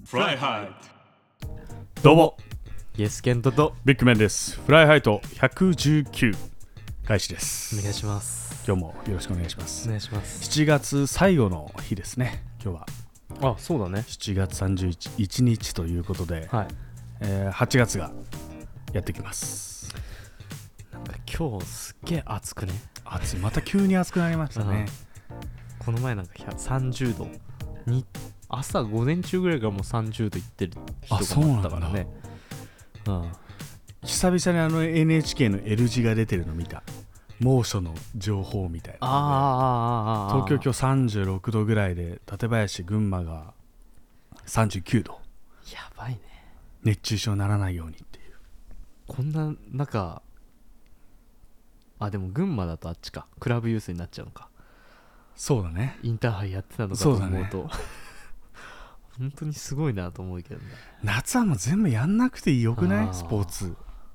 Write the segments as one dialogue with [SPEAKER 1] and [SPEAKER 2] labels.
[SPEAKER 1] フライハイト。どうも
[SPEAKER 2] イエスケントと
[SPEAKER 1] ビッグメンです。フライハイト119開始です。
[SPEAKER 2] お願いします。
[SPEAKER 1] 今日もよろしくお願いします。
[SPEAKER 2] お願いします。
[SPEAKER 1] 7月最後の日ですね。今日は
[SPEAKER 2] あ、そうだね。
[SPEAKER 1] 7月31日ということで、
[SPEAKER 2] はい。
[SPEAKER 1] 8月がやってきます。
[SPEAKER 2] なんか今日すっげえ暑くね。
[SPEAKER 1] 暑い。また急に暑くなりましたね。
[SPEAKER 2] この前なんか30度に朝午前中ぐらいからもう30度いってる日とかもあったからね。
[SPEAKER 1] 久々にNHK の L 字が出てるの見た。猛暑の情報みたいな。東京今日36度ぐらいで、館林群馬が39度。
[SPEAKER 2] やばいね。
[SPEAKER 1] 熱中症にならないようにっていう。
[SPEAKER 2] こんな中、でも群馬だとあっちか、クラブユースになっちゃうのか。
[SPEAKER 1] そうだね。
[SPEAKER 2] インターハイやってたのかと思うと、
[SPEAKER 1] ね、
[SPEAKER 2] 本当にすごいなと思うけどね。
[SPEAKER 1] 夏はもう全部やんなくてよくない？スポーツ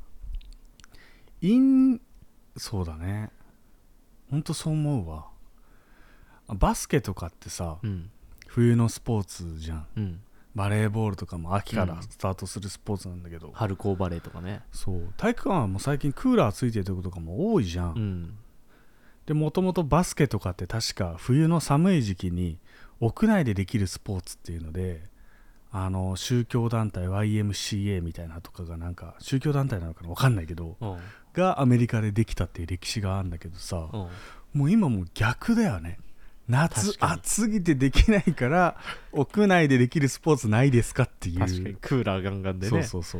[SPEAKER 1] そうだね、ほんとそう思うわ。バスケとかってさ、冬のスポーツじゃん、バレーボールとかも秋からスタートするスポーツなんだけど、
[SPEAKER 2] 春高バレーとかね。
[SPEAKER 1] そう体育館はもう最近クーラーついてるとことかも多いじゃん、でもともとバスケとかって確か冬の寒い時期に屋内でできるスポーツっていうので、宗教団体 YMCA みたいなとかがなんか宗教団体なのかな分かんないけど、がアメリカでできたっていう歴史があるんだけどさ、もう今もう逆だよね。夏暑すぎてできないから屋内でできるスポーツないですかっていう。
[SPEAKER 2] 確かにクーラーガンガンでね。
[SPEAKER 1] そう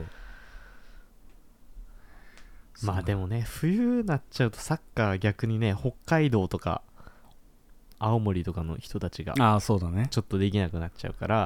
[SPEAKER 2] まあでもね、冬なっちゃうとサッカー逆にね、北海道とか青森とかの人たちが
[SPEAKER 1] そうだね、
[SPEAKER 2] ちょっとできなくなっちゃうから、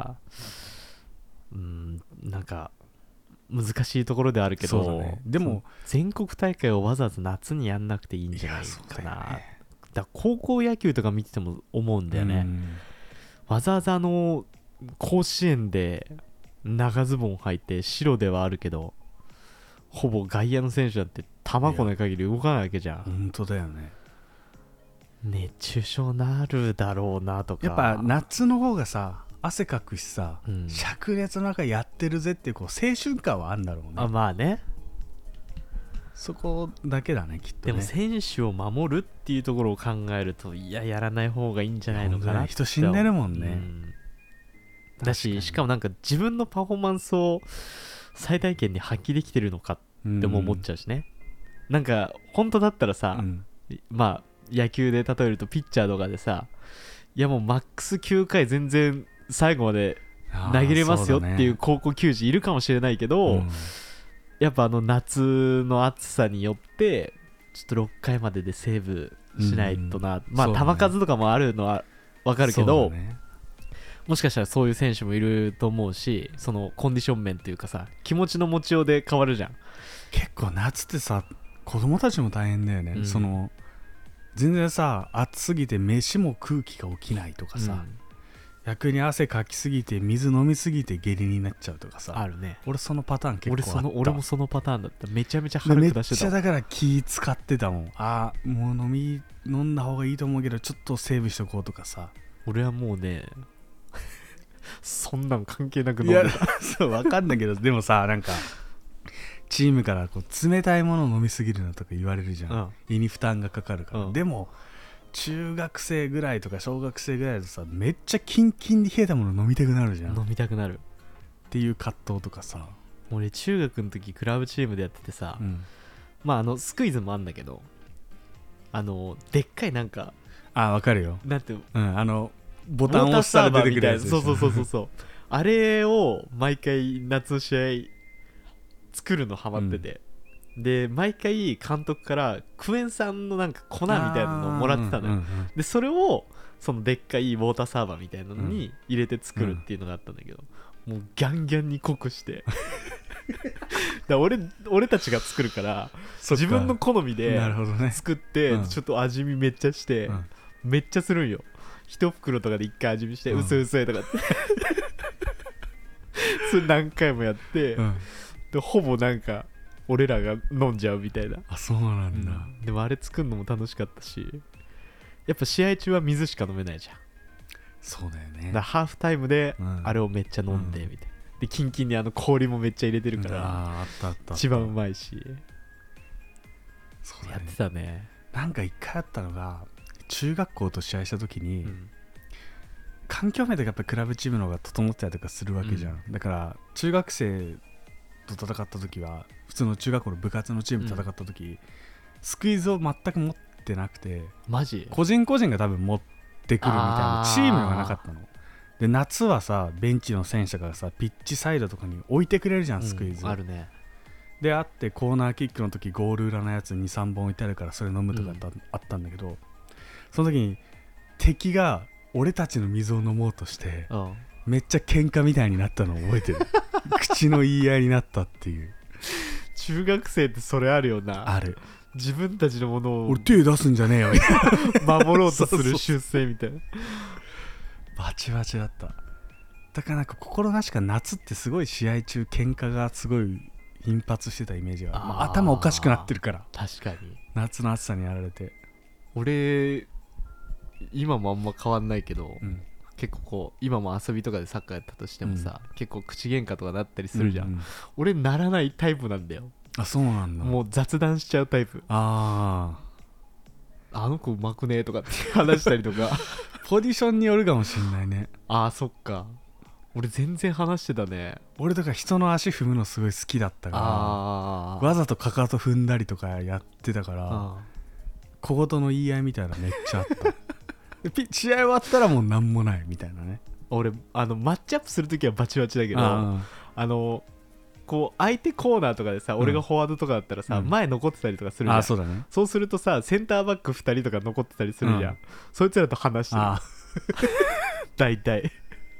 [SPEAKER 2] なんか難しいところであるけど、
[SPEAKER 1] そうだね、でも
[SPEAKER 2] 全国大会をわざわざ夏にやんなくていいんじゃないかな。だ高校野球とか見てても思うんだよね。わざわざ甲子園で長ズボン履いて白ではあるけど、ほぼ外野の選手だって球来ない限り動かないわけじゃん。
[SPEAKER 1] 本当だよね。
[SPEAKER 2] 熱中症なるだろうなとか。
[SPEAKER 1] やっぱ夏の方がさ汗かくしさ、灼熱の中やってるぜっていう、青春感はあるんだろうね。
[SPEAKER 2] まあね、
[SPEAKER 1] そこだけだねきっとね。
[SPEAKER 2] でも選手を守るっていうところを考えると、やらない方がいいんじゃないのかな。
[SPEAKER 1] 人死んでるもんね、
[SPEAKER 2] だし、しかもなんか自分のパフォーマンスを最大限に発揮できてるのかっても思っちゃうしね、なんか本当だったらさ、まあ野球で例えるとピッチャーとかでさ、いやもうマックス9回全然最後まで投げれますよっていう高校球児いるかもしれないけど、やっぱ夏の暑さによってちょっと6回まででセーブしないとな、まあ球数とかもあるのは分かるけど、もしかしたらそういう選手もいると思うし、そのコンディション面っていうかさ、気持ちの持ちようで変わるじゃん。
[SPEAKER 1] 結構夏ってさ子供たちも大変だよね、全然さ暑すぎて飯も空気が起きないとかさ、逆に汗かきすぎて水飲みすぎて下痢になっちゃうとかさ
[SPEAKER 2] あるね。
[SPEAKER 1] 俺そのパターン結構あった。
[SPEAKER 2] 俺もそのパターンだった。めちゃめちゃ腹下してた。
[SPEAKER 1] めっちゃだから気使ってたもん。もう飲んだ方がいいと思うけどちょっとセーブしとこうとかさ。
[SPEAKER 2] 俺はもうねそんなん関係なく飲んでた。
[SPEAKER 1] そう分かんないけどでもさ、なんかチームから冷たいものを飲みすぎるのとか言われるじゃん、胃に負担がかかるから、でも中学生ぐらいとか小学生ぐらいだとさ、めっちゃキンキンに冷えたもの飲みたくなるじゃん。
[SPEAKER 2] 飲みたくなる
[SPEAKER 1] っていう葛藤とかさ。
[SPEAKER 2] 俺中学の時クラブチームでやっててさ、まあスクイズもあんだけど、でっかいなんか
[SPEAKER 1] 分かるよ、
[SPEAKER 2] なんて
[SPEAKER 1] ボタンを押したら出てくるやつ。
[SPEAKER 2] そうあれを毎回夏の試合作るのハマってて、で毎回監督からクエン酸のなんか粉みたいなのをもらってたのよ、でそれをそのでっかいウォーターサーバーみたいなのに入れて作るっていうのがあったんだけど、もうギャンギャンに濃くしてだ俺たちが作るから自分の好みで作って、ちょっと味見めっちゃして、めっちゃするんよ。一袋とかで一回味見して、薄々とかってそれ何回もやって、でほぼなんか俺らが飲んじゃうみたいな。
[SPEAKER 1] そうなんだ、
[SPEAKER 2] でもあれ作るのも楽しかったし、やっぱ試合中は水しか飲めないじゃん。
[SPEAKER 1] そうだよね。
[SPEAKER 2] だからハーフタイムであれをめっちゃ飲んでみたいな、 でキンキンに氷もめっちゃ入れてるから、
[SPEAKER 1] あったあった
[SPEAKER 2] 一番うまいし、
[SPEAKER 1] そうだね、
[SPEAKER 2] やってたね。
[SPEAKER 1] なんか一回あったのが中学校と試合した時に、
[SPEAKER 2] うん、
[SPEAKER 1] 環境面でやっぱりクラブチームの方が整ってたりとかするわけじゃん、だから中学生と戦った時は普通の中学校の部活のチームと戦った時、スクイズを全く持ってなくて、
[SPEAKER 2] マジ
[SPEAKER 1] 個人個人が多分持ってくるみたいなチームがなかったので、夏はさベンチの選手がさピッチサイドとかに置いてくれるじゃん、スクイズ、
[SPEAKER 2] あるね。
[SPEAKER 1] であってコーナーキックの時ゴール裏のやつ 2,3 本置いてあるからそれ飲むとかあったんだけど、その時に敵が俺たちの水を飲もうとしてめっちゃ喧嘩みたいになったのを覚えてる口の言い合いになったっていう。
[SPEAKER 2] 中学生ってそれあるよな。
[SPEAKER 1] ある。
[SPEAKER 2] 自分たちのものを
[SPEAKER 1] 俺手出すんじゃねえよみたいな
[SPEAKER 2] 守ろうとする習性みたいな。
[SPEAKER 1] バチバチだった。だからなんか心なしか夏ってすごい試合中喧嘩がすごい頻発してたイメージが、頭おかしくなってるから。
[SPEAKER 2] 確かに
[SPEAKER 1] 夏の暑さにやられて。
[SPEAKER 2] 俺今もあんま変わんないけど、結構こう今も遊びとかでサッカーやったとしてもさ、結構口喧嘩とかなったりするじゃん、俺ならないタイプなんだよ。
[SPEAKER 1] あ、そうなんだ。
[SPEAKER 2] もう雑談しちゃうタイプ。あの子うまくねとかって話したりとか
[SPEAKER 1] ポジションによるかもしんないね。
[SPEAKER 2] そっか。俺全然話してたね。
[SPEAKER 1] 俺とか人の足踏むのすごい好きだったからわざとかかと踏んだりとかやってたから、小言の言い合いみたいなめっちゃあった試合終わったらもうなんもないみたいなね。
[SPEAKER 2] 俺マッチアップするときはバチバチだけど、こう相手コーナーとかでさ、俺がフォワードとかだったらさ、前残ってたりとかするじゃん。
[SPEAKER 1] そうだね。
[SPEAKER 2] そうするとさ、センターバック2人とか残ってたりするじゃん、そいつらと話してる大体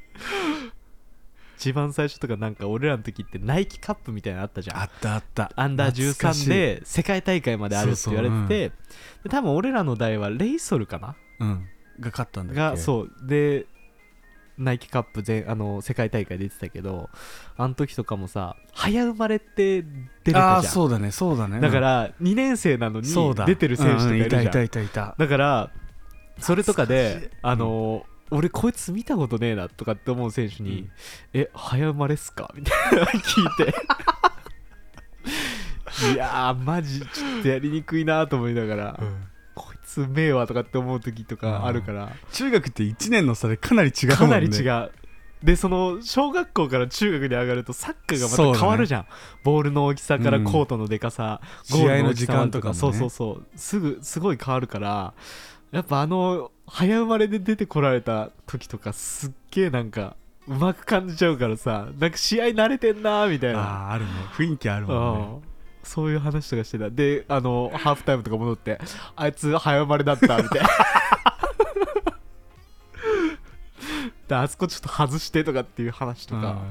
[SPEAKER 2] 一番最初とかなんか俺らの時ってナイキカップみたいなのあったじゃん。
[SPEAKER 1] あったあった。
[SPEAKER 2] アンダー13で世界大会まであるって言われてて、で多分俺らの代はレイソルかな、
[SPEAKER 1] が勝ったんだっけ。
[SPEAKER 2] がそうでナイキカップ世界大会出てたけど、あの時とかもさ早生まれって出れたじゃん。
[SPEAKER 1] そうだねそうだね。
[SPEAKER 2] だから2年生なのに出てる選手とかいるじゃん。
[SPEAKER 1] いた。
[SPEAKER 2] だからそれとかで俺こいつ見たことねえなとかって思う選手に、早生まれっすかみたいな聞いていやーマジちょっとやりにくいなと思いながら、こいつうめえわとかって思う時とかあるから。
[SPEAKER 1] 中学って1年の差でかなり違うもんね。
[SPEAKER 2] かなり違う。でその小学校から中学に上がるとサッカーがまた変わるじゃん、ボールの大きさからコートのでかさ、ゴールの時間とか、そうすごい変わるから、やっぱ早生まれで出てこられた時とかすっげえなんかうまく感じちゃうからさ、なんか試合慣れてんなーみたいな。
[SPEAKER 1] あるね、雰囲気あるもんね。
[SPEAKER 2] そういう話とかしてた。でハーフタイムとか戻ってあいつ早生まれだったみたいなであそこちょっと外してとかっていう話とか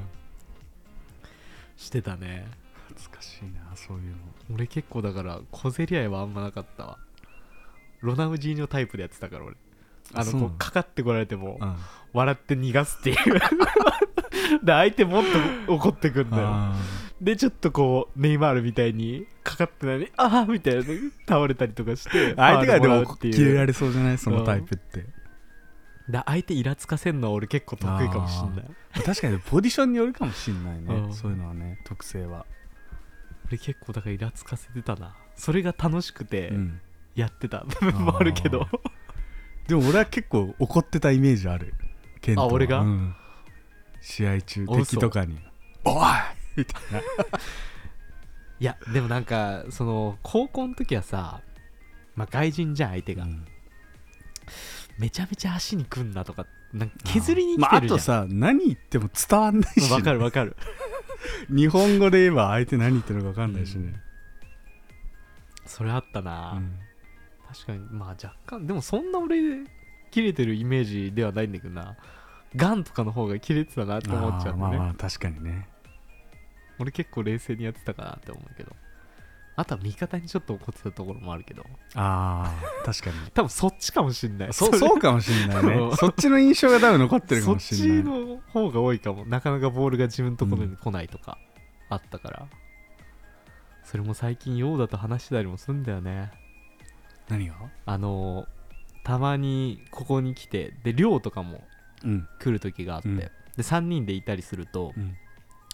[SPEAKER 2] してたね。
[SPEAKER 1] 懐かしいなそういうの。
[SPEAKER 2] 俺結構だから小競り合いはあんまなかったわ。ロナウジーニョタイプでやってたから俺。こうかかってこられても笑って逃がすっていうで相手もっと怒ってくんだよ。でちょっとこうネイマールみたいにかかってないみたいな倒れたりとかして
[SPEAKER 1] 相手がでも切れられそうじゃないそのタイプって。
[SPEAKER 2] で相手イラつかせんのは俺結構得意かもしんない。
[SPEAKER 1] 確かにポジションによるかもしんないねそういうのはね、特性は。
[SPEAKER 2] 俺結構だからイラつかせてたな。それが楽しくてやってた部分もあるけど
[SPEAKER 1] でも俺は結構怒ってたイメージある。
[SPEAKER 2] 俺が、
[SPEAKER 1] 試合中敵とかにおいみたいない
[SPEAKER 2] やでもなんかその高校の時はさ、外人じゃん相手が、めちゃめちゃ足にくんなとかなんか削りに来てるじゃん。
[SPEAKER 1] あとさ何言っても伝わんないし、
[SPEAKER 2] わかる
[SPEAKER 1] 日本語で言えば相手何言ってるのか分かんないしね、
[SPEAKER 2] それあったな、確かに。若干でもそんな俺切れてるイメージではないんだけどな。ガンとかの方が切れてたなって思っちゃうね。
[SPEAKER 1] 確かにね。
[SPEAKER 2] 俺結構冷静にやってたかなって思うけど、あとは味方にちょっと怒ってたところもあるけど。
[SPEAKER 1] 確かに
[SPEAKER 2] 多分そっちかもしんない。
[SPEAKER 1] そうかもしんないねそっちの印象が多分残ってるかもしんない。
[SPEAKER 2] そっちの方が多いかも。なかなかボールが自分のところに来ないとかあったから、それも最近ヨーダと話してたりもするんだよね。
[SPEAKER 1] 何が？
[SPEAKER 2] たまにここに来てで寮とかも来る時があって、で3人でいたりすると、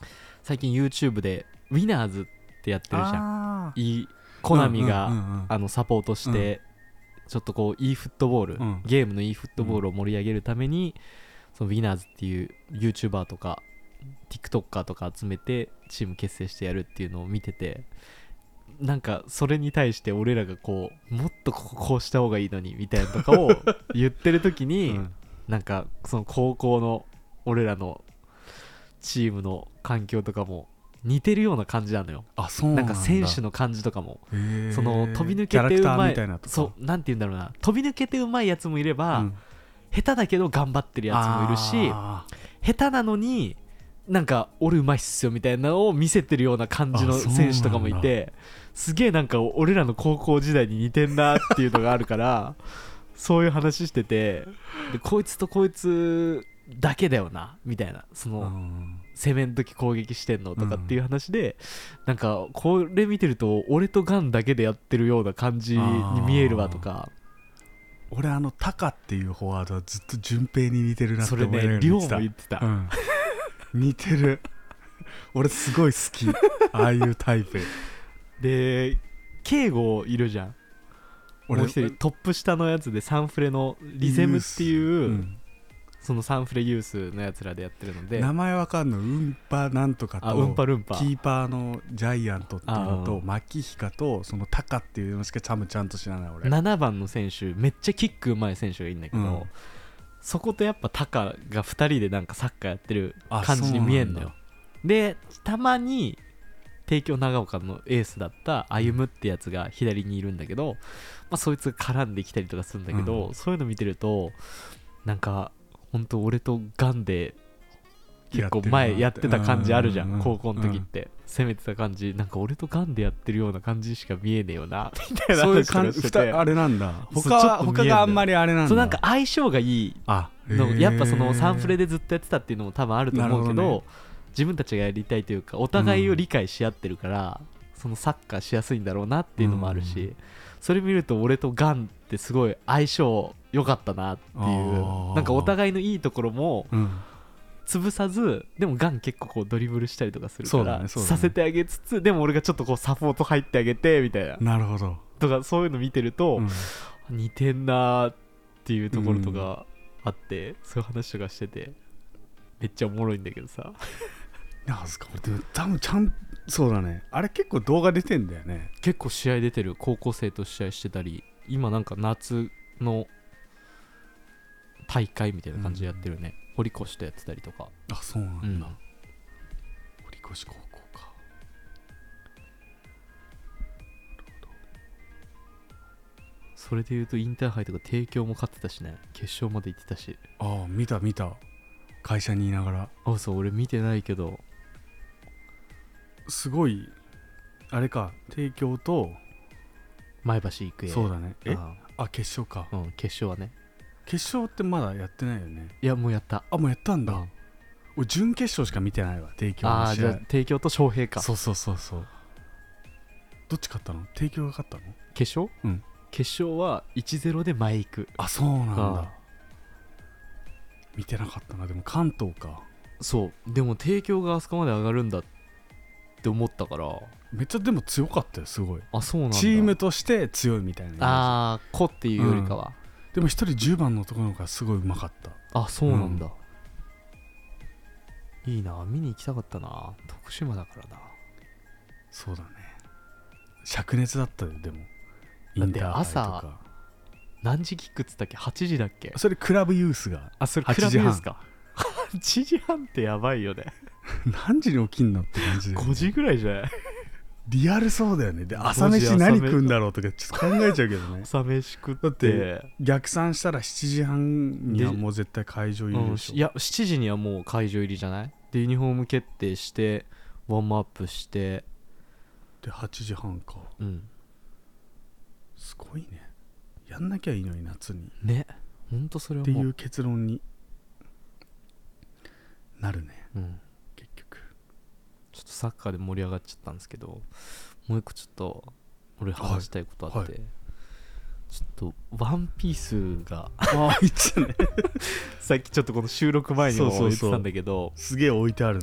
[SPEAKER 2] 最近 YouTube でウィナーズってやってるじゃん。コナミが、サポートして、ちょっとこう e フットボール、ゲームの e フットボールを盛り上げるために、そのウィナーズっていう YouTuber とか TikToker とか集めてチーム結成してやるっていうのを見てて、なんかそれに対して俺らがこうもっとこうした方がいいのにみたいなとかを言ってる時に、なんかその高校の俺らのチームの環境とかも似てるような感じなのよ。なんか選手の感じとかも、その飛び抜けてうまい、そうなんて言うんだろうな、飛び抜けてうまいやつもいれば、下手だけど頑張ってるやつもいるし、下手なのになんか俺うまいっすよみたいなのを見せてるような感じの選手とかもいて、すげえなんか俺らの高校時代に似てんなっていうのがあるからそういう話してて、でこいつとこいつだけだよなみたいな、その攻めん時攻撃してんのとかっていう話で、なんかこれ見てると俺とガンだけでやってるような感じに見えるわとか。
[SPEAKER 1] 俺タカっていうフォワードはずっと順平に似てるなって思いながら
[SPEAKER 2] 見てた。それね、亮も言ってた、
[SPEAKER 1] 似てる。俺すごい好きああいうタイプ
[SPEAKER 2] で。圭吾いるじゃん。俺もう一人トップ下のやつでサンフレのリゼムっていう、そのサンフレユースのやつらでやってるので、
[SPEAKER 1] 名前わかんの、うんぱなんとかと、
[SPEAKER 2] うんぱるんぱ
[SPEAKER 1] キーパーのジャイアントっていうのと牧彦とそのタカっていうのしかちゃんと知らない俺。
[SPEAKER 2] 7番の選手めっちゃキックうまい選手がいるんだけど、そことやっぱタカが2人でなんかサッカーやってる感じに見えんのよ。でたまに帝京長岡のエースだった歩夢ってやつが左にいるんだけど、そいつが絡んできたりとかするんだけど、そういうの見てるとなんか本当俺とガンで結構前やってた感じあるじゃん、高校の時って攻めてた感じ、なんか俺とガンでやってるような感じしか見えねえよなみたいな話をしてて、
[SPEAKER 1] あれなんだ、他があんまりあれなんだ。
[SPEAKER 2] そうなんか相性がいいの、やっぱそのサンフレでずっとやってたっていうのも多分あると思うけど、自分たちがやりたいというかお互いを理解し合ってるから、そのサッカーしやすいんだろうなっていうのもあるし、それ見ると俺とガンってすごい相性良かったなっていう、なんかお互いのいいところも潰さず、でもガン結構こうドリブルしたりとかするから、させてあげつつ、でも俺がちょっとこうサポート入ってあげてみたいな、
[SPEAKER 1] なるほど
[SPEAKER 2] とか、そういうの見てると、似てんなっていうところとかあって、そういう話とかしててめっちゃおもろいんだけどさ。
[SPEAKER 1] なんすか、でも多分ちゃんそうだね、あれ結構動画出てんだよね。
[SPEAKER 2] 結構試合出てる、高校生と試合してたり、今なんか夏の大会みたいな感じでやってるね、堀越とやってたりとか。
[SPEAKER 1] あ、そうなんだ、堀越高校か。
[SPEAKER 2] それでいうとインターハイとか帝京も勝ってたしね、決勝まで行ってたし。
[SPEAKER 1] ああ、見た会社にいながら。
[SPEAKER 2] あ、そう、俺見てないけど
[SPEAKER 1] すごいあれか、帝京と
[SPEAKER 2] 前橋育英。
[SPEAKER 1] そうだね。決勝か。
[SPEAKER 2] 決勝はね。
[SPEAKER 1] 決勝ってまだやってないよね。
[SPEAKER 2] いや、もうやった。
[SPEAKER 1] もうやったんだ。俺準決勝しか見てないわ、帝京の試合。
[SPEAKER 2] じゃあ帝京と昌平か。
[SPEAKER 1] そうどっち勝ったの？帝京が勝ったの？
[SPEAKER 2] 決勝？決勝は 1-0 で前行く。
[SPEAKER 1] そうなんだ。見てなかったな。でも関東か。
[SPEAKER 2] そう、でも帝京があそこまで上がるんだって思ったから、
[SPEAKER 1] めっちゃでも強かったよ、すごい。
[SPEAKER 2] そうなんだ。
[SPEAKER 1] チームとして強いみたいな。
[SPEAKER 2] 子っていうよりかは、
[SPEAKER 1] でも一人10番の男の子がすごいうまかった。
[SPEAKER 2] そうなんだ、いいな、見に行きたかったな、徳島だからな。
[SPEAKER 1] そうだね、灼熱だったよ。でもインターハイとか
[SPEAKER 2] 朝何時キックっつったっけ？ 8 時だっけ？
[SPEAKER 1] それクラブユースが。
[SPEAKER 2] それクラブユースか。8時半ってやばいよね。
[SPEAKER 1] 何時に起きんのって感じで、
[SPEAKER 2] 5時ぐらいじゃない？
[SPEAKER 1] リアルそうだよね。で、朝飯何食うんだろうとかちょっと考えちゃうけどね。
[SPEAKER 2] 朝飯食って、
[SPEAKER 1] だって逆算したら7時半にはもう絶対会場入りでしょ。
[SPEAKER 2] いや、7時にはもう会場入りじゃない？でユニフォーム決定してワームアップして
[SPEAKER 1] で8時半か。すごいね。やんなきゃいいのに夏に
[SPEAKER 2] ね。ほんとそれは
[SPEAKER 1] っていう結論になるね、結局。
[SPEAKER 2] ちょっとサッカーで盛り上がっちゃったんですけど、もう一個ちょっと俺話したいことあって、ちょっとワンピースが
[SPEAKER 1] いつね
[SPEAKER 2] さっきちょっとこの収録前にも言ってたんだけど、
[SPEAKER 1] すげえ置いてあるね。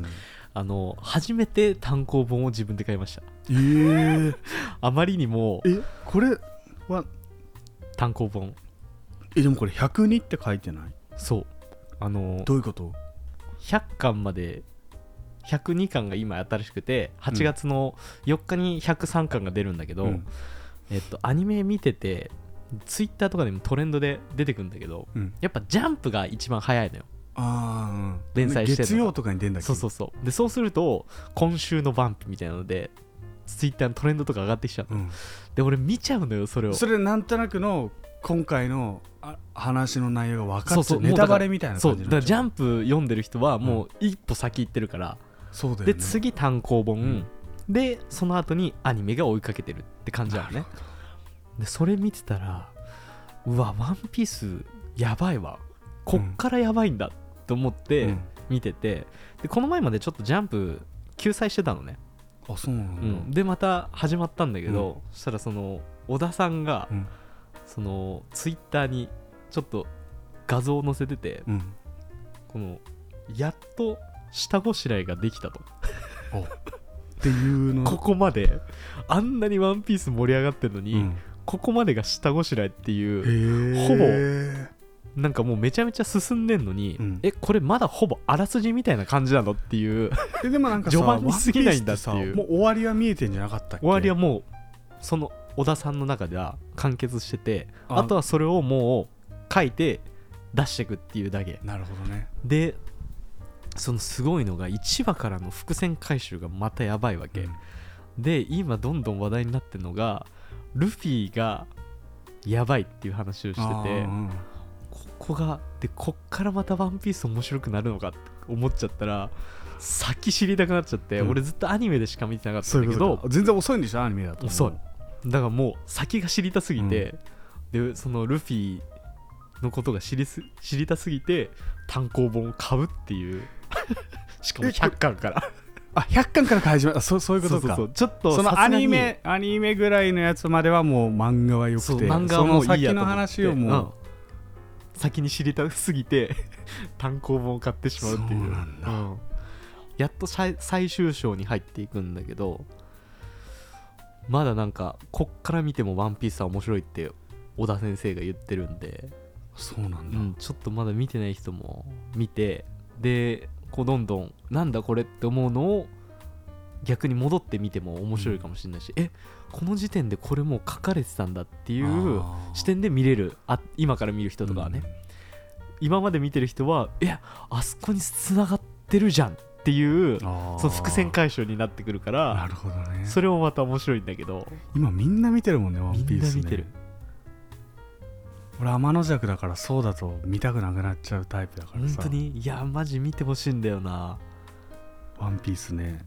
[SPEAKER 2] 初めて単行本を自分で買いました。あまりにも。
[SPEAKER 1] これは
[SPEAKER 2] 単行本。
[SPEAKER 1] でもこれ102って書いてない？
[SPEAKER 2] そう。
[SPEAKER 1] どういうこと？
[SPEAKER 2] 100 巻まで、102巻が今新しくて、8月の4日に103巻が出るんだけど、アニメ見てて、ツイッターとかでもトレンドで出てくるんだけど、やっぱジャンプが一番早いのよ。連載してるのが
[SPEAKER 1] 月曜とかに出るんだっけ？
[SPEAKER 2] そうで、そうすると今週のバンプみたいなのでツイッターのトレンドとか上がってきちゃう、で俺見ちゃうのよそれを。
[SPEAKER 1] それなんとなくの今回の話の内容が分かっちゃう、ネタバレみたいな感じになっちゃう。
[SPEAKER 2] だからジャンプ読んでる人はもう一歩先行ってるから、
[SPEAKER 1] そうだよね。
[SPEAKER 2] で次単行本、でその後にアニメが追いかけてるって感じなのね。でそれ見てたら、うわワンピースやばいわ、こっからやばいんだと思って見てて、でこの前までちょっとジャンプ休載してたのね。
[SPEAKER 1] そうなんだ。
[SPEAKER 2] でまた始まったんだけど、そしたらその小田さんが、そのツイッターにちょっと画像を載せてて、このやっと下ごしらえができたと
[SPEAKER 1] っていうの。
[SPEAKER 2] ここまであんなにワンピース盛り上がってるのに、ここまでが下ごしらえっていう、ほぼなんかもうめちゃめちゃ進んでんのに、これまだほぼあらすじみたいな感じなのっていう
[SPEAKER 1] でもなんか
[SPEAKER 2] 序盤に過ぎないんだっていう。
[SPEAKER 1] もう終わりは見えてんじゃなかったっけ？
[SPEAKER 2] 終わりはもうその小田さんの中では完結してて、あとはそれをもう書いて出していくっていうだけ。
[SPEAKER 1] なるほどね。
[SPEAKER 2] でそのすごいのが1話からの伏線回収がまたやばいわけ、で今どんどん話題になってるのがルフィがやばいっていう話をしてて、ここがでこっからまたワンピース面白くなるのかって思っちゃったら先知りたくなっちゃって、俺ずっとアニメでしか見てなかったんだけど、
[SPEAKER 1] 全然遅いんでしょアニメだと。
[SPEAKER 2] 遅い。だからもう先が知りたすぎて、でそのルフィのことが知りたすぎて単行本を買うっていうしかも100巻から
[SPEAKER 1] 100巻から始まった。そういうことか。
[SPEAKER 2] ちょっと
[SPEAKER 1] そのアニメぐらいのやつまではもう漫画はよくて、
[SPEAKER 2] 漫画はもういいやと思って、
[SPEAKER 1] その先の話をもう、
[SPEAKER 2] 先に知りたすぎて単行本を買ってしまうっていう。
[SPEAKER 1] そうなんだ。
[SPEAKER 2] やっと最終章に入っていくんだけど、まだなんかこっから見てもワンピースは面白いって小田先生が言ってるんで、
[SPEAKER 1] そうなんだ、
[SPEAKER 2] ちょっとまだ見てない人も見て、でこうどんどんなんだこれって思うのを逆に戻って見ても面白いかもしれないし、この時点でこれもう書かれてたんだっていう視点で見れる。今から見る人とかはね、今まで見てる人はあそこに繋がってるじゃんっていうその伏線回収になってくるから。
[SPEAKER 1] なるほどね。
[SPEAKER 2] それもまた面白いんだけど、
[SPEAKER 1] 今みんな見てるもんね、ワンピースね。
[SPEAKER 2] みんな見てる。
[SPEAKER 1] 俺天の弱だからそうだと見たくなくなっちゃうタイプだからさ。
[SPEAKER 2] 本当にいやマジ見てほしいんだよな、
[SPEAKER 1] ワンピースね。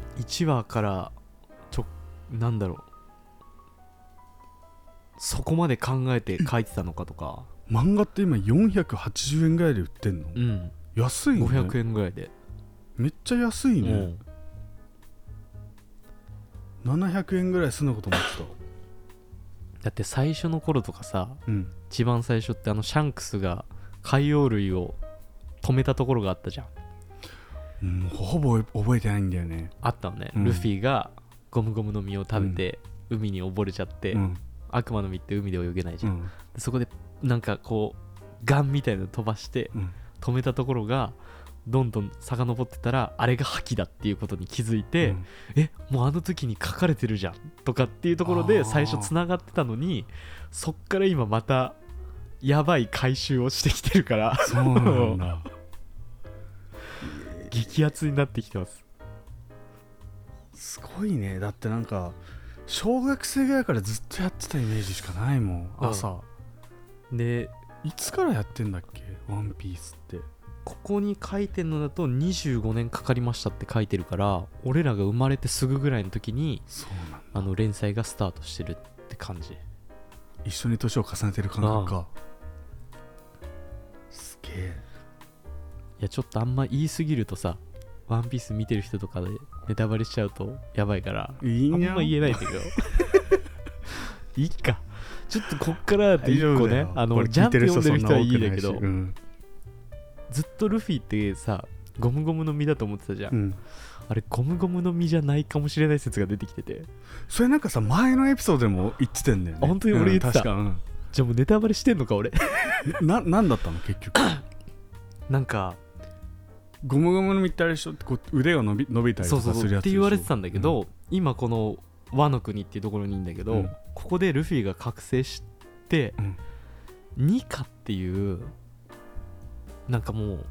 [SPEAKER 2] 1話からなんだろう、そこまで考えて書いてたのかとか。
[SPEAKER 1] 漫画って今480円ぐらいで売ってんの？安いね。
[SPEAKER 2] 500円ぐらいで
[SPEAKER 1] めっちゃ安いね。700円ぐらいすんのこと思ってた。
[SPEAKER 2] だって最初の頃とかさ、一番最初ってシャンクスが海洋類を止めたところがあったじゃん。
[SPEAKER 1] ほぼ覚えてないんだよね。
[SPEAKER 2] あったのね、ルフィがゴムゴムの実を食べて、海に溺れちゃって、悪魔の実って海で泳げないじゃん、でそこでなんかこうガンみたいなの飛ばして止めたところがどんどん遡ってたらあれが覇気だっていうことに気づいて、もうあの時に書かれてるじゃんとかっていうところで最初つながってたのに、そっから今またやばい回収をしてきてるから。
[SPEAKER 1] そうなんだ。
[SPEAKER 2] 激アツになってきてます。
[SPEAKER 1] すごいね。だってなんか小学生ぐらいからずっとやってたイメージしかないもん、朝。
[SPEAKER 2] で
[SPEAKER 1] いつからやってんだっけワンピースって。
[SPEAKER 2] ここに書いてるのだと25年かかりましたって書いてるから、俺らが生まれてすぐぐらいの時に連載がスタートしてるって感じ。
[SPEAKER 1] 一緒に年を重ねてる感覚か。すげえ。
[SPEAKER 2] いやちょっとあんま言い過ぎるとさ、ワンピース見てる人とかでネタバレしちゃうとやばいから、あんま言えないんだけどいいか、ちょっとこっからって一個ね、ジャンプ読んでる人はいいんだけど、ずっとルフィってさゴムゴムの実だと思ってたじゃん、あれゴムゴムの実じゃないかもしれない説が出てきてて、
[SPEAKER 1] それなんかさ前のエピソードでも言ってたんだよね。
[SPEAKER 2] 本当に俺言ってた、
[SPEAKER 1] 確か、
[SPEAKER 2] じゃあもうネタバレしてんのか俺
[SPEAKER 1] なんだったの結局
[SPEAKER 2] なんか
[SPEAKER 1] ゴムゴムの実ってあれでしょ、こう腕が伸びたりとかするやつでしょ。
[SPEAKER 2] そうって言われてたんだけど、今このワノ国っていうところにいるんだけど、ここでルフィが覚醒して、ニカっていうなんかもう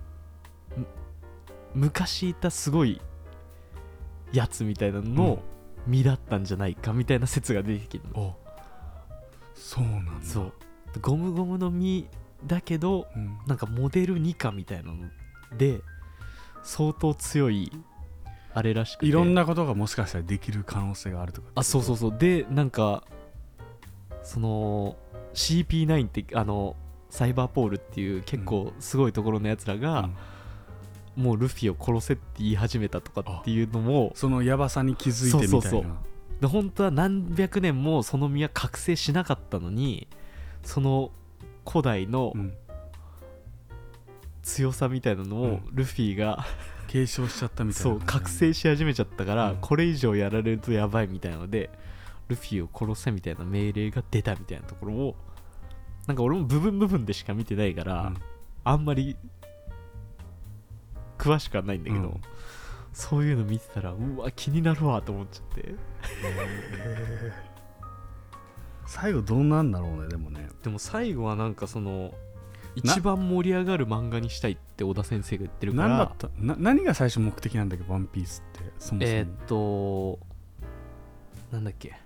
[SPEAKER 2] 昔いたすごいやつみたいなのの実だったんじゃないかみたいな説が出てきてるの。
[SPEAKER 1] そうなんだ。
[SPEAKER 2] そうゴムゴムの実だけど、なんかモデルニカみたいなので相当強いあれらしくて、
[SPEAKER 1] いろんなことがもしかしたらできる可能性があるとか。
[SPEAKER 2] そうでなんかその CP9 ってサイバーポールっていう結構すごいところのやつらが、もうルフィを殺せって言い始めたとかっていうのも、
[SPEAKER 1] そのヤバさに気づいてみたいな。
[SPEAKER 2] で本当は何百年もその実は覚醒しなかったのに、その古代の強さみたいなのをルフィが、
[SPEAKER 1] 継承しちゃったみたいな、
[SPEAKER 2] そう覚醒し始めちゃったから、これ以上やられるとやばいみたいなのでルフィを殺せみたいな命令が出たみたいなところを、なんか俺も部分でしか見てないから、あんまり詳しくはないんだけど、そういうの見てたらうわ気になるわと思っちゃって、
[SPEAKER 1] 最後どうなんだろうね。
[SPEAKER 2] でも最後はなんかその一番盛り上がる漫画にしたいって小田先生が言ってるから。
[SPEAKER 1] 何が最初目的なんだっけワンピースって。そもそも
[SPEAKER 2] なんだっけ、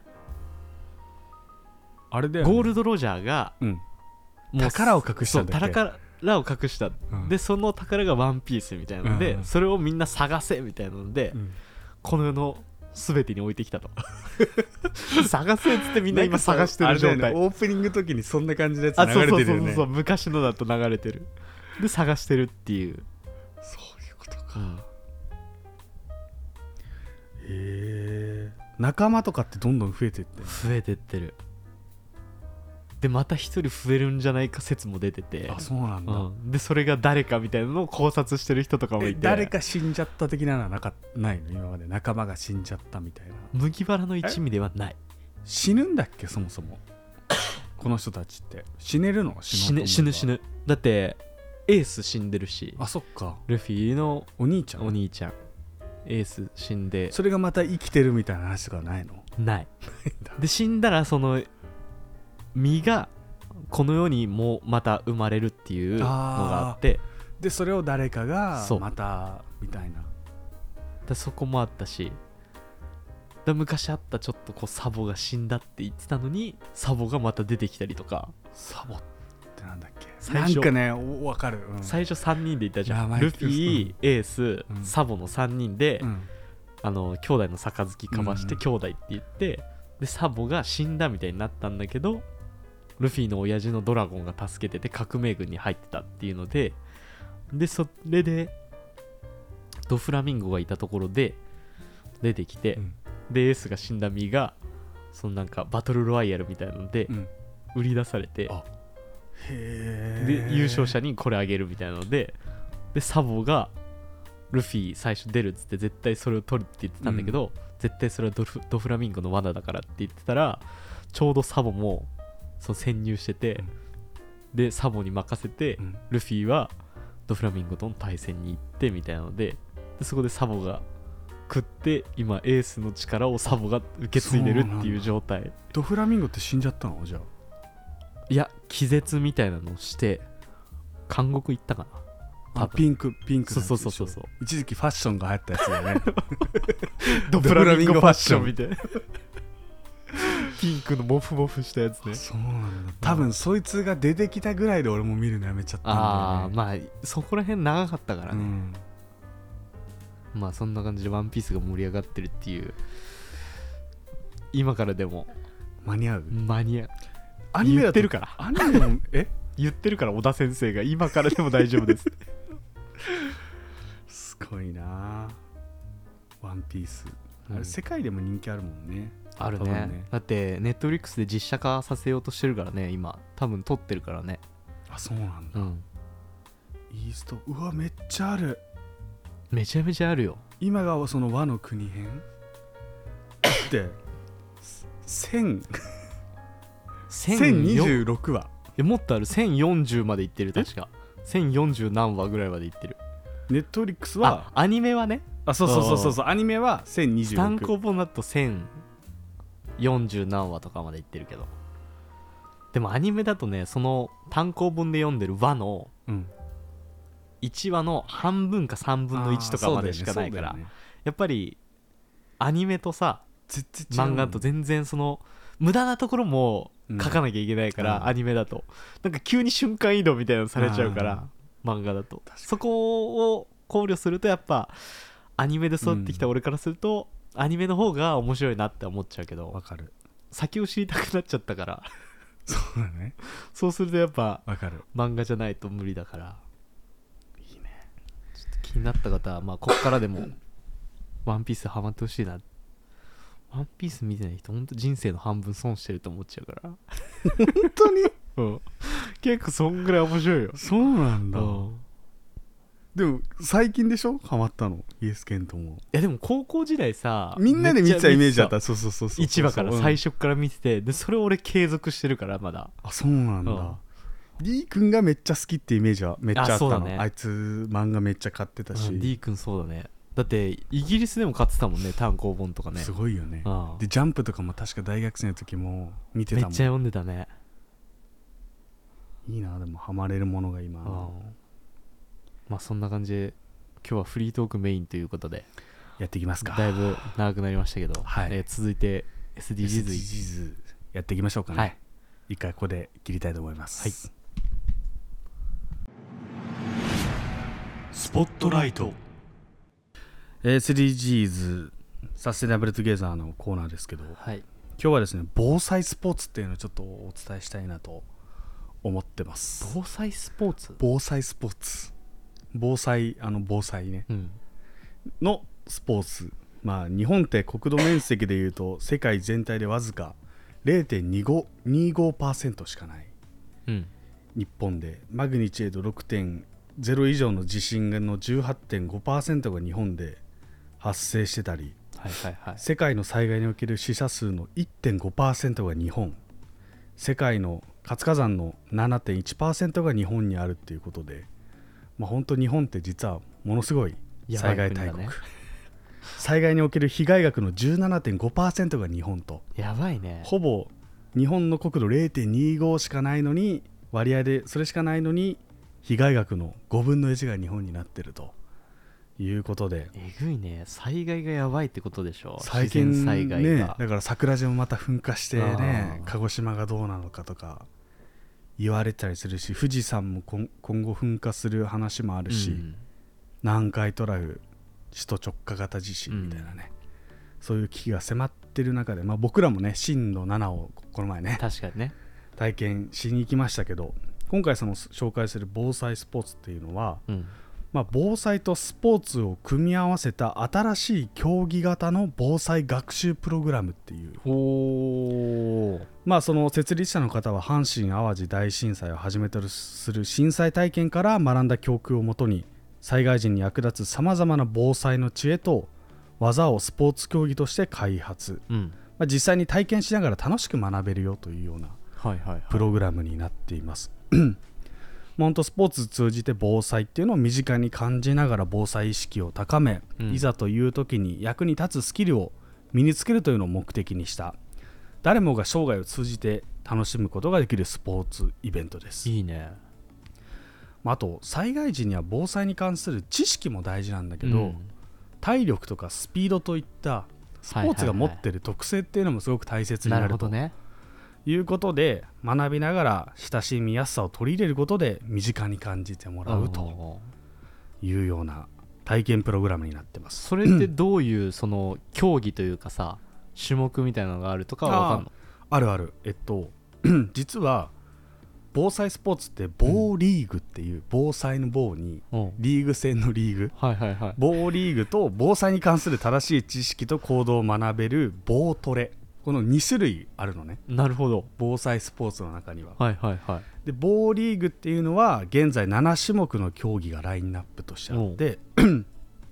[SPEAKER 1] あれだよね、
[SPEAKER 2] ゴールドロジャーが、も
[SPEAKER 1] う宝を隠したんだっけ。
[SPEAKER 2] 宝を隠した、でその宝がワンピースみたいなので、それをみんな探せみたいなので、この世の全てに置いてきたと探せっつってみんな今探してる状態、
[SPEAKER 1] ね、オープニングの時にそんな感じのやつ流れてるよね。
[SPEAKER 2] そう昔のだと流れてるで探してるっていう。
[SPEAKER 1] そういうことか、仲間とかってどんどん増えてって
[SPEAKER 2] る。でまた一人増えるんじゃないか説も出てて。
[SPEAKER 1] そうなんだ、
[SPEAKER 2] でそれが誰かみたいなのを考察してる人とかもいて、
[SPEAKER 1] 誰か死んじゃった的なのはないの今まで。仲間が死んじゃったみたいな。
[SPEAKER 2] 麦わらの一味ではない。
[SPEAKER 1] 死ぬんだっけそもそもこの人たちって死ねるの？
[SPEAKER 2] 死ぬ。だってエース死んでるし。
[SPEAKER 1] そっか。
[SPEAKER 2] ルフィの
[SPEAKER 1] お兄ちゃん
[SPEAKER 2] エース死んで、
[SPEAKER 1] それがまた生きてるみたいな話とかないの？
[SPEAKER 2] ないで死んだらその実がこの世にもまた生まれるっていうのがあって、
[SPEAKER 1] でそれを誰かがまたみたいな。
[SPEAKER 2] でそこもあったし、昔あったちょっとこうサボが死んだって言ってたのにサボがまた出てきたりとか。
[SPEAKER 1] サボってなんだっけ。
[SPEAKER 2] なん
[SPEAKER 1] かね分かる、
[SPEAKER 2] 最初3人でいたじゃん。ルフィ、エース、サボの3人で、兄弟の杯かまして兄弟って言って、でサボが死んだみたいになったんだけど、ルフィの親父のドラゴンが助けてて革命軍に入ってたっていうので、それでドフラミンゴがいたところで出てきて、でエースが死んだ実がそのなんかバトルロワイヤルみたいなので売り出されて、で優勝者にこれあげるみたいなので、サボがルフィ最初出るっつって絶対それを取るって言ってたんだけど、絶対それはドフラミンゴの罠だからって言ってたら、ちょうどサボもそう潜入してて、でサボに任せて、ルフィはドフラミンゴとの対戦に行ってみたいなので、そこでサボが食って今エースの力をサボが受け継いでるっていう状態。
[SPEAKER 1] ドフラミンゴって死んじゃったの？じゃあ
[SPEAKER 2] いや気絶みたいなのをして監獄行ったかな。
[SPEAKER 1] ピンク
[SPEAKER 2] そう
[SPEAKER 1] 一時期ファッションが流行ったやつだよね
[SPEAKER 2] ドフラミンゴファッションみたいなピンクのモフモフしたやつね。
[SPEAKER 1] そうなんだ。多分そいつが出てきたぐらいで俺も見るのやめちゃったんだよね。
[SPEAKER 2] まあそこら辺長かったからね、まあそんな感じでワンピースが盛り上がってるっていう。今からでも
[SPEAKER 1] 間に合う。
[SPEAKER 2] アニメ言ってるから。
[SPEAKER 1] アニメも
[SPEAKER 2] 言ってるから小田先生が今からでも大丈夫です
[SPEAKER 1] すごいなワンピース、あれ世界でも人気あるもんね。
[SPEAKER 2] あるね。だってネットフリックスで実写化させようとしてるからね今。多分撮ってるからね。
[SPEAKER 1] そうなんだ、イースト。うわめっちゃある。
[SPEAKER 2] めちゃめちゃあるよ。
[SPEAKER 1] 今がその和の国編って1026話。
[SPEAKER 2] もっとある。1040までいってる。確か1040何話ぐらいまでいってる。
[SPEAKER 1] ネットフリックスは
[SPEAKER 2] アニメはね。
[SPEAKER 1] そうアニメは1026。
[SPEAKER 2] 単行本だと1040何話とかまでいってるけど、でもアニメだとね、その単行本で読んでる話の1話の半分か3分の1とかまでしかないから、やっぱりアニメとさ漫画と全然その無駄なところも書かなきゃいけないから、アニメだとなんか急に瞬間移動みたいなのされちゃうから、漫画だとそこを考慮すると、やっぱアニメで育ってきた俺からすると、アニメの方が面白いなって思っちゃうけど、
[SPEAKER 1] わかる。
[SPEAKER 2] 先を知りたくなっちゃったから
[SPEAKER 1] そうだね。
[SPEAKER 2] そうするとやっぱ
[SPEAKER 1] わかる。
[SPEAKER 2] 漫画じゃないと無理だから。いいね。ちょっと気になった方はこっからでもワンピースハマってほしいな。ワンピース見てない人、ほんと人生の半分損してると思っちゃうから
[SPEAKER 1] 本当に
[SPEAKER 2] 結構そんぐらい面白いよ。
[SPEAKER 1] そうなんだ。でも最近でしょハマったの、イエスケントも。い
[SPEAKER 2] やでも高校時代さ、
[SPEAKER 1] みんなで見てたイメージだった。そう
[SPEAKER 2] 1話から最初から見てて、でそれを俺継続してるからまだ。
[SPEAKER 1] そうなんだ。D 君がめっちゃ好きってイメージはめっちゃあったの。 あいつ漫画めっちゃ買ってたし。
[SPEAKER 2] D 君そうだね。だってイギリスでも買ってたもんね、単行本とかね。
[SPEAKER 1] すごいよね。でジャンプとかも確か大学生の時も見てたもん。
[SPEAKER 2] めっちゃ読んでたね。
[SPEAKER 1] いいな。でもハマれるものが今。
[SPEAKER 2] そんな感じで今日はフリートークメインということで
[SPEAKER 1] やっていきますか。
[SPEAKER 2] だいぶ長くなりましたけど、続いて
[SPEAKER 1] SDGs やっていきましょうかね。一回ここで切りたいと思います。スポットライト。SDGs サステナブルトゥゲザーのコーナーですけど、今日はですね、防災スポーツっていうのをちょっとお伝えしたいなと思ってます。
[SPEAKER 2] 防災スポーツ。
[SPEAKER 1] 防災スポーツ、防災ね、のスポーツ。日本って国土面積でいうと世界全体でわずか 0.25% しかない、日本でマグニチュード 6.0 以上の地震の 18.5% が日本で発生してたり、世界の災害における死者数の 1.5% が日本、世界の活火山の 7.1% が日本にあるっていうことで、本当日本って実はものすごい災害大国、災害における被害額の 17.5% が日本と、
[SPEAKER 2] やばいね。
[SPEAKER 1] ほぼ日本の国土 0.25 しかないのに、割合でそれしかないのに被害額の5分の1が日本になってるということで、
[SPEAKER 2] えぐいね。災害がやばいってことでしょ。
[SPEAKER 1] 最近
[SPEAKER 2] 自然災害が、
[SPEAKER 1] だから桜島もまた噴火してね、鹿児島がどうなのかとか言われたりするし、富士山も今後噴火する話もあるし、南海トラフ、首都直下型地震みたいなね、そういう危機が迫ってる中で、僕らもね震度7をこの前ね、
[SPEAKER 2] 確かにね、
[SPEAKER 1] 体験しに行きましたけど、今回その紹介する防災スポーツっていうのは、防災とスポーツを組み合わせた新しい競技型の防災学習プログラムっていう。その設立者の方は阪神・淡路大震災をはじめとする震災体験から学んだ教訓をもとに、災害時に役立つさまざまな防災の知恵と技をスポーツ競技として開発、実際に体験しながら楽しく学べるよというようなプログラムになっています。本当スポーツ通じて防災っていうのを身近に感じながら防災意識を高め、いざという時に役に立つスキルを身につけるというのを目的にした、誰もが生涯を通じて楽しむことができるスポーツイベントです。
[SPEAKER 2] いいね。
[SPEAKER 1] あと災害時には防災に関する知識も大事なんだけど、体力とかスピードといったスポーツが持っている特性っていうのもすごく大切になるということで、学びながら親しみやすさを取り入れることで身近に感じてもらうというような体験プログラムになってます。
[SPEAKER 2] それってどういうその競技というかさ、種目みたいなのがあるとかは分かんの？
[SPEAKER 1] ある。実は防災スポーツって防リーグっていう、防災の防にリーグ戦のリーグ、防リーグと防災に関する正しい知識と行動を学べる防トレ、この2種類あるのね。
[SPEAKER 2] なるほど。
[SPEAKER 1] 防災スポーツの中には、
[SPEAKER 2] で
[SPEAKER 1] 防リーグっていうのは現在7種目の競技がラインナップとしてあって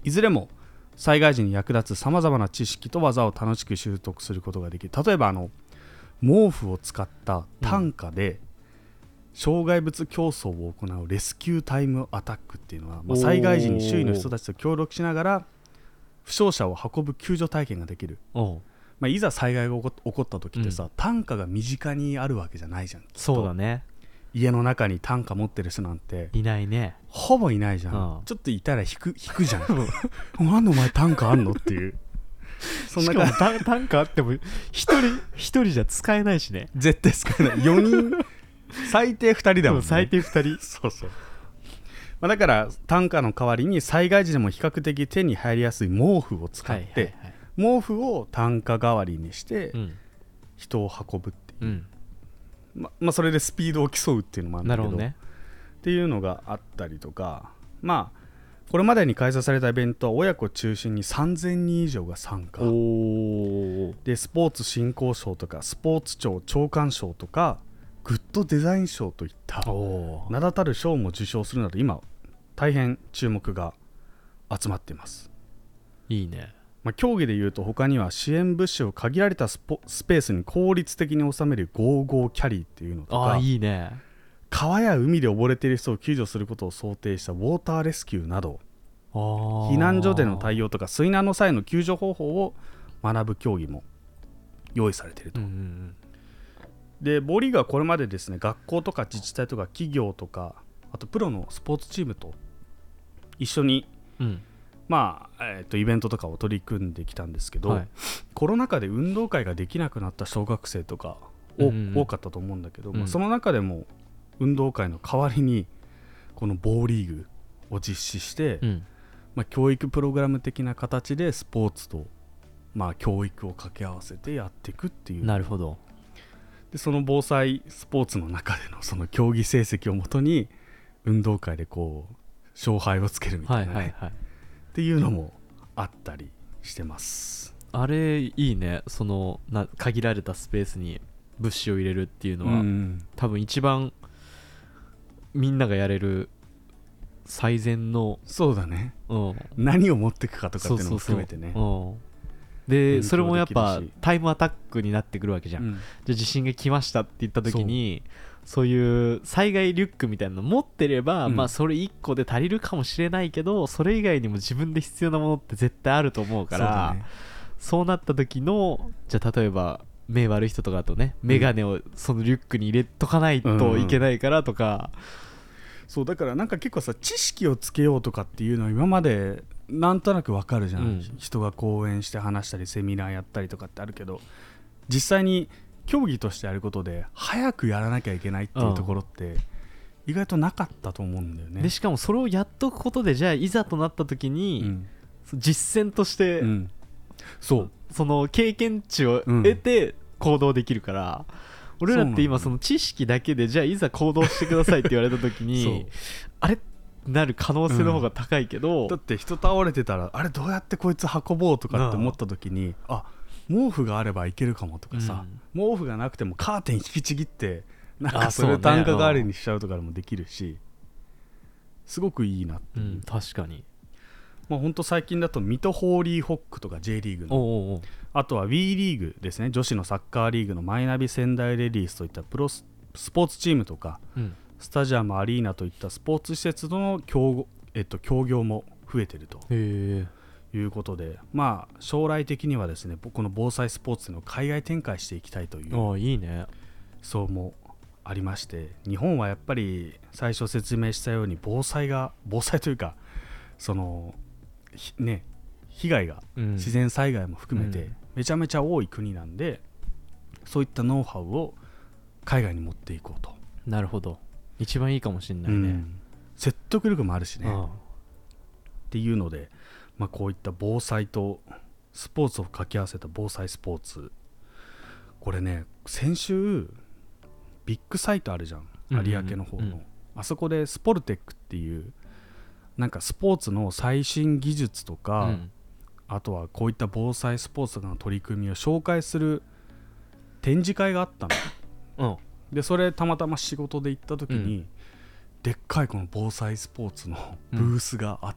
[SPEAKER 1] いずれも災害時に役立つさまざまな知識と技を楽しく習得することができる。例えば毛布を使った担架で障害物競争を行うレスキュータイムアタックっていうのは、災害時に周囲の人たちと協力しながら負傷者を運ぶ救助体験ができる。いざ災害が起こった時ってさ、担架が身近にあるわけじゃないじゃん。
[SPEAKER 2] そうだね。
[SPEAKER 1] 家の中に担架持ってる人なんて
[SPEAKER 2] いないね。
[SPEAKER 1] ほぼいないじゃん。ちょっといたら引くじゃん。なんでお前担架あんのっていう。
[SPEAKER 2] そんなしかも担架あっても一人じゃ使えないしね。
[SPEAKER 1] 絶対使えない。4人最低2人だもんね。
[SPEAKER 2] 最低2人。
[SPEAKER 1] そうそう。だから担架の代わりに災害時でも比較的手に入りやすい毛布を使って、毛布を担架代わりにして人を運ぶっていう、それでスピードを競うっていうのもあるんだけど、ね、っていうのがあったりとか、これまでに開催されたイベントは親子中心に3000人以上が参加で、スポーツ振興賞とかスポーツ庁長官賞とかグッドデザイン賞といった名だたる賞も受賞するなど、今大変注目が集まっています。
[SPEAKER 2] いいね。
[SPEAKER 1] 競技でいうと他には支援物資を限られたスペースに効率的に収める55キャリーっていうのとか、
[SPEAKER 2] いいね。
[SPEAKER 1] 川や海で溺れている人を救助することを想定したウォーターレスキューなど、避難所での対応とか水難の際の救助方法を学ぶ競技も用意されていると、でボーリーグはこれまでですね、学校とか自治体とか企業とか、あとプロのスポーツチームと一緒に、イベントとかを取り組んできたんですけど、コロナ禍で運動会ができなくなった小学生とか多かったと思うんだけど、その中でも運動会の代わりにこのボーリーグを実施して、教育プログラム的な形でスポーツと、教育を掛け合わせてやっていくっていう。
[SPEAKER 2] なるほど。
[SPEAKER 1] でその防災スポーツの中でのその競技成績をもとに運動会でこう勝敗をつけるみたいな、っていうのもあったりしてます。
[SPEAKER 2] あれいいね。その限られたスペースに物資を入れるっていうのは、多分一番みんながやれる最善の。
[SPEAKER 1] そうだね、何を持っていくかとかっていうのも含めてね。
[SPEAKER 2] でそれもやっぱタイムアタックになってくるわけじゃん、じゃあ地震が来ましたって言った時にそういう災害リュックみたいなの持ってれば、それ1個で足りるかもしれないけど、それ以外にも自分で必要なものって絶対あると思うから、そうなった時の、じゃあ例えば目悪い人とかだとね、メガネをそのリュックに入れとかないといけないからとか、
[SPEAKER 1] そうだからなんか結構さ、知識をつけようとかっていうのは今までなんとなくわかるじゃん、人が講演して話したりセミナーやったりとかってあるけど、実際に競技としてやることで早くやらなきゃいけないっていうところって意外となかったと思うんだよね。
[SPEAKER 2] でしかもそれをやっとくことで、じゃあいざとなった時に、実践として、その経験値を得て行動できるから、俺らって今その知識だけでじゃあいざ行動してくださいって言われた時にあれなる可能性の方が高いけど、
[SPEAKER 1] だって人倒れてたらあれどうやってこいつ運ぼうとかって思った時に、毛布があればいけるかもとかさ、毛布がなくてもカーテン引きちぎってなんかそれ単価代わりにしちゃうとかでもできるし、すごくいいなっていう、
[SPEAKER 2] 確かに。
[SPEAKER 1] 本当最近だと水戸ホーリーホックとか J リーグの、あとは WE リーグですね、女子のサッカーリーグのマイナビ仙台レディースといったプロスポーツチームとか、スタジアムアリーナといったスポーツ施設との協業も増えているということで、将来的にはですね、この防災スポーツの海外展開していきたいという
[SPEAKER 2] いいね、
[SPEAKER 1] そうもありまして、日本はやっぱり最初説明したように防災というかその被害が、自然災害も含めてめちゃめちゃ多い国なんで、そういったノウハウを海外に持っていこうと。
[SPEAKER 2] なるほど、一番いいかもしれないね、
[SPEAKER 1] 説得力もあるしねっていうので、こういった防災とスポーツを掛け合わせた防災スポーツ、これね、先週ビッグサイトあるじゃん、有明の方の、あそこでスポルテックっていうなんかスポーツの最新技術とか、あとはこういった防災スポーツの取り組みを紹介する展示会があったの、でそれたまたま仕事で行った時に、 でっかいこの防災スポーツのブースがあって、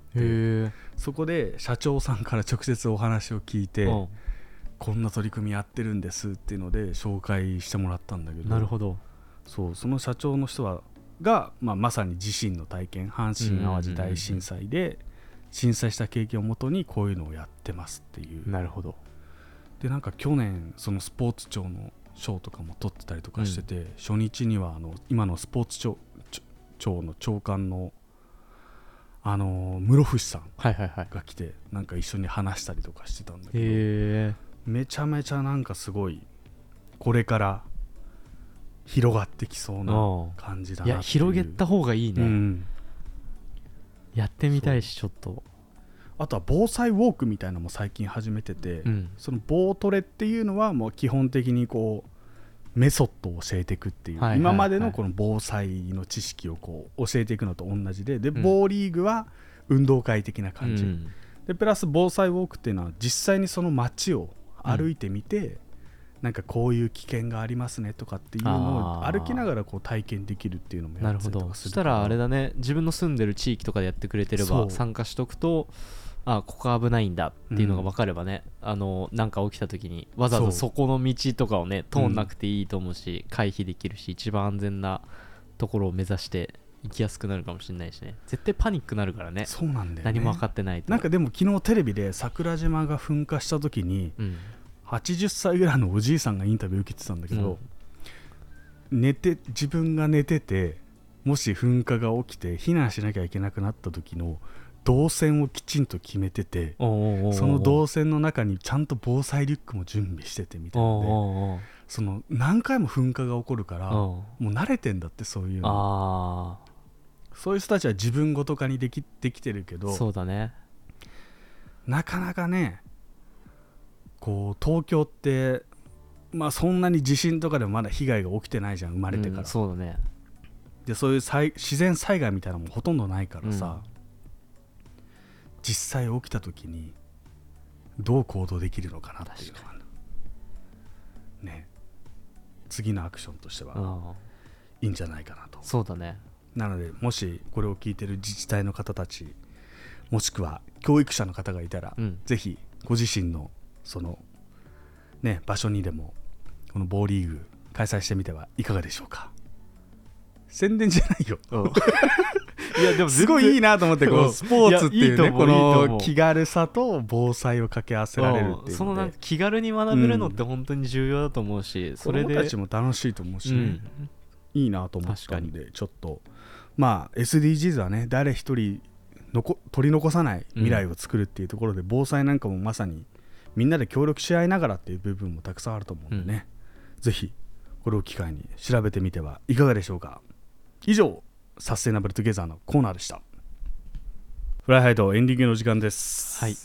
[SPEAKER 1] そこで社長さんから直接お話を聞いて、こんな取り組みやってるんですっていうので紹介してもらったんだけど、
[SPEAKER 2] なるほど。
[SPEAKER 1] その社長の人が、まさに自身の体験、阪神淡路大震災で震災した経験をもとにこういうのをやってますっていう。
[SPEAKER 2] なるほど。
[SPEAKER 1] でなんか去年そのスポーツ庁の賞とかも取ってたりとかしてて、初日には今のスポーツ庁の長官の室伏さんが来て、なんか一緒に話したりとかしてたんだけど、めちゃめちゃなんかすごいこれから広がってきそうな感じだなっていう。
[SPEAKER 2] いや広げた方がいいね、やってみたいし、ちょっと
[SPEAKER 1] あとは防災ウォークみたいなのも最近始めてて、その防トレっていうのはもう基本的にこうメソッドを教えていくっていう、今までのこの防災の知識をこう教えていくのと同じで、防リーグは運動会的な感じ、でプラス防災ウォークっていうのは実際にその街を歩いてみて、なんかこういう危険がありますねとかっていうのを歩きながらこう体験できるっていうのもやってたりとかする。
[SPEAKER 2] そしたらあれだね、自分の住んでる地域とかでやってくれてれば参加しとくと、ここ危ないんだっていうのが分かればね、なんか起きた時にわざわざそこの道とかをね通んなくていいと思うし、回避できるし、一番安全なところを目指して行きやすくなるかもしれないしね。絶対パニックなるからね。
[SPEAKER 1] そうなんだよね。
[SPEAKER 2] 何も分かってないと。なん
[SPEAKER 1] かでも昨日テレビで桜島が噴火した時に、80歳ぐらいのおじいさんがインタビュー受けてたんだけど、自分が寝ててもし噴火が起きて避難しなきゃいけなくなった時の動線をきちんと決めてて、その動線の中にちゃんと防災リュックも準備しててみたいなので、その何回も噴火が起こるからもう慣れてんだって。そういうの、そういう人たちは自分ごと化にできてるけど、
[SPEAKER 2] そうだね、
[SPEAKER 1] なかなかね、こう東京ってそんなに地震とかでもまだ被害が起きてないじゃん、生まれてから、
[SPEAKER 2] そうだね。
[SPEAKER 1] でそういう自然災害みたいなのもほとんどないからさ、実際起きた時にどう行動できるのかなっていうのはね、次のアクションとしてはいいんじゃないかなと。
[SPEAKER 2] そうだね。
[SPEAKER 1] なのでもしこれを聞いてる自治体の方たち、もしくは教育者の方がいたら、ぜひご自身のそのね場所にでもこのボーリーグ開催してみてはいかがでしょうか。宣伝じゃないよいやでもすごいいいなと思って、こうスポーツっていうね、この気軽さと防災を掛け合わせられるっていう、
[SPEAKER 2] そのなんか気軽に学べるのって本当に重要だと思うし、
[SPEAKER 1] それで子供たちも楽しいと思うしね、いいなと思ったんで、ちょっとSDGs はね、誰一人取り残さない未来を作るっていうところで、防災なんかもまさにみんなで協力し合いながらっていう部分もたくさんあると思うんでね、ぜひこれを機会に調べてみてはいかがでしょうか。以上、サステナブルトゥゲザーのコーナーでした。フライハイドエンディングの時間です。
[SPEAKER 2] はい。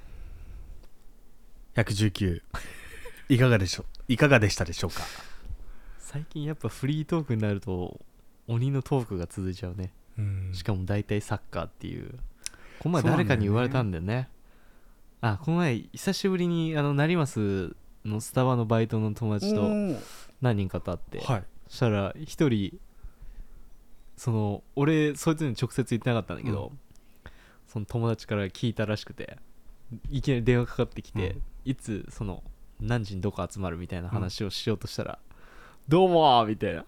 [SPEAKER 1] 119いかがでしたでしょうか。
[SPEAKER 2] 最近やっぱフリートークになると鬼のトークが続いちゃうね。しかも大体サッカーっていう。この前誰かに言われたんだよね。この前久しぶりに成増のスタバのバイトの友達と何人かと会って、そしたら一人、俺そいつに直接言ってなかったんだけど、その友達から聞いたらしくて、いきなり電話かかってきて、いつ何時にどこ集まるみたいな話をしようとしたら、どうもーみたいな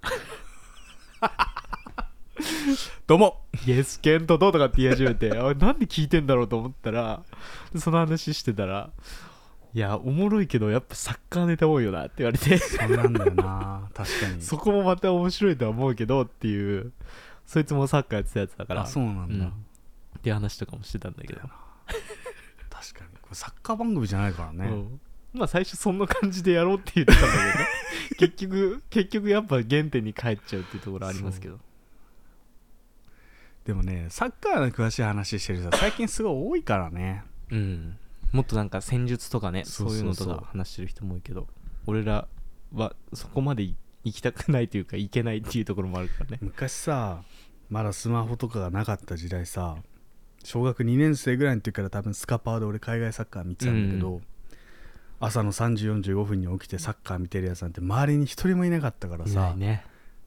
[SPEAKER 1] どうも
[SPEAKER 2] イエスケントどうとかって言い始めてなんで聞いてんだろうと思ったら、その話してたら、いやおもろいけどやっぱサッカーネタ多いよなって言われて
[SPEAKER 1] そうなんだよな確かに
[SPEAKER 2] そこもまた面白いとは思うけどっていう、そいつもサッカーやってたやつだから、
[SPEAKER 1] そうなんだ、
[SPEAKER 2] っていう話とかもしてたんだけど
[SPEAKER 1] 確かにこれサッカー番組じゃないからね、
[SPEAKER 2] 最初そんな感じでやろうって言ってたんだけどね結局やっぱ原点に帰っちゃうっていうところありますけど、
[SPEAKER 1] でもねサッカーの詳しい話してる人最近すごい多いからね
[SPEAKER 2] もっとなんか戦術とかね、そういうのとか話してる人も多いけど、俺らはそこまで行きたくないというか行けないっていうところもあるからね。
[SPEAKER 1] 昔さ、まだスマホとかがなかった時代さ、小学2年生ぐらいの時から多分スカパーで俺海外サッカー見てたんだけど、朝の3時45分に起きてサッカー見てるやつなんて周りに一人もいなかったからさ、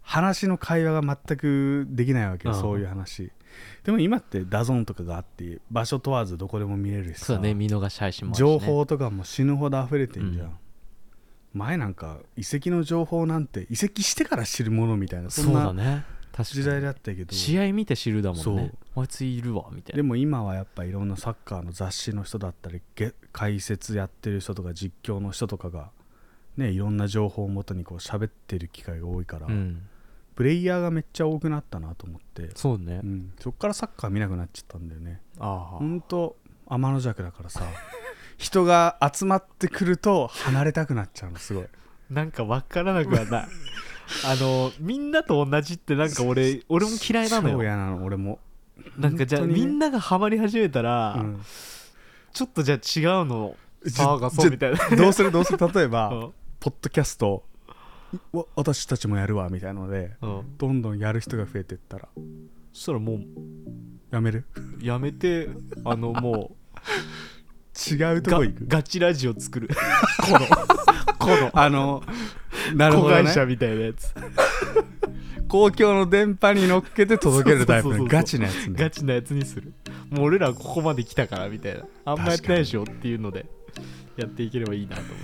[SPEAKER 1] 話の会話が全くできないわけよ、
[SPEAKER 2] うん、
[SPEAKER 1] そういう話。でも今ってダゾーンとかがあって場所問わずどこでも見れるしさ、
[SPEAKER 2] そうね、見逃し配信もあるし、
[SPEAKER 1] 情
[SPEAKER 2] ね、
[SPEAKER 1] 報とかも死ぬほど溢れてんじゃん、うん、前なんか遺跡の情報なんて移籍してから知るものみたいな、そんな時代だったけど、
[SPEAKER 2] 試合見て知るだもんね。あいついるわみたいな。
[SPEAKER 1] でも今はやっぱいろんなサッカーの雑誌の人だったり解説やってる人とか実況の人とかがね、いろんな情報をもとにこう喋ってる機会が多いから、うん、プレイヤーがめっちゃ多くなったなと思って。
[SPEAKER 2] そうね、
[SPEAKER 1] うん、そっからサッカー見なくなっちゃったんだよね。ほんと天の弱だからさ人が集まってくると離れたくなっちゃうの、すごい
[SPEAKER 2] なんか分からなくはないみんなと同じってなんか俺も嫌いなのよ。
[SPEAKER 1] 超嫌なの俺も。
[SPEAKER 2] なんかじゃあ、ね、みんながハマり始めたら、うん、ちょっとじゃあ違うの騒がそうみたいな
[SPEAKER 1] どうする例えば、うん、ポッドキャスト私たちもやるわみたいなので、うん、どんどんやる人が増えていったら、
[SPEAKER 2] そしたらもう
[SPEAKER 1] やめる？
[SPEAKER 2] やめてもう
[SPEAKER 1] 違うとこ行く。
[SPEAKER 2] ガチラジオ作るこの
[SPEAKER 1] なるほどね、
[SPEAKER 2] 子会社みたいなやつ
[SPEAKER 1] 公共の電波に乗っけて届けるタイプのガチなやつね。
[SPEAKER 2] ガチなやつにする。もう俺らここまで来たからみたいな、あんまやってないでしょっていうのでやっていければいいなと思い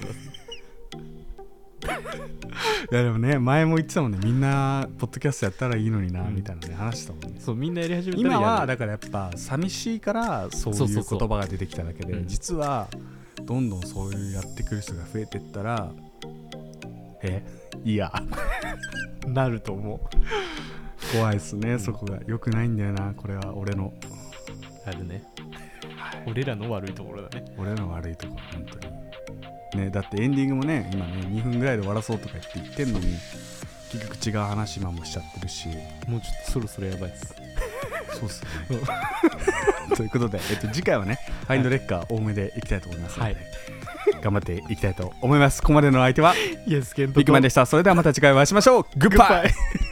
[SPEAKER 2] ます
[SPEAKER 1] いやでもね、前も言ってたもんね、みんなポッドキャストやったらいいのにな、みたいなね話したもんね。
[SPEAKER 2] そう、みんなやり始めたら
[SPEAKER 1] 今はだからやっぱ寂しいからそういう言葉が出てきただけで、実はどんどんそういうやってくる人が増えてったらいや
[SPEAKER 2] なると思う。
[SPEAKER 1] 怖いっすね、そこが良くないんだよな。これは俺の
[SPEAKER 2] あるね、はい、俺らの悪いところだね。
[SPEAKER 1] 俺の悪いところ本当にね。だってエンディングもね、今ね2分ぐらいで終わらそうとか言ってんのに結局違う話今もしちゃってるし、
[SPEAKER 2] もうちょっとそろそろやばいっす
[SPEAKER 1] そうっすねということで、次回はねファインドレッカー多めでいきたいと思いますので、はい、頑張っていきたいと思います。ここまでの相手は
[SPEAKER 2] イエスケントと
[SPEAKER 1] ビッグマンでした。それではまた次回お会いしましょう。グッバイ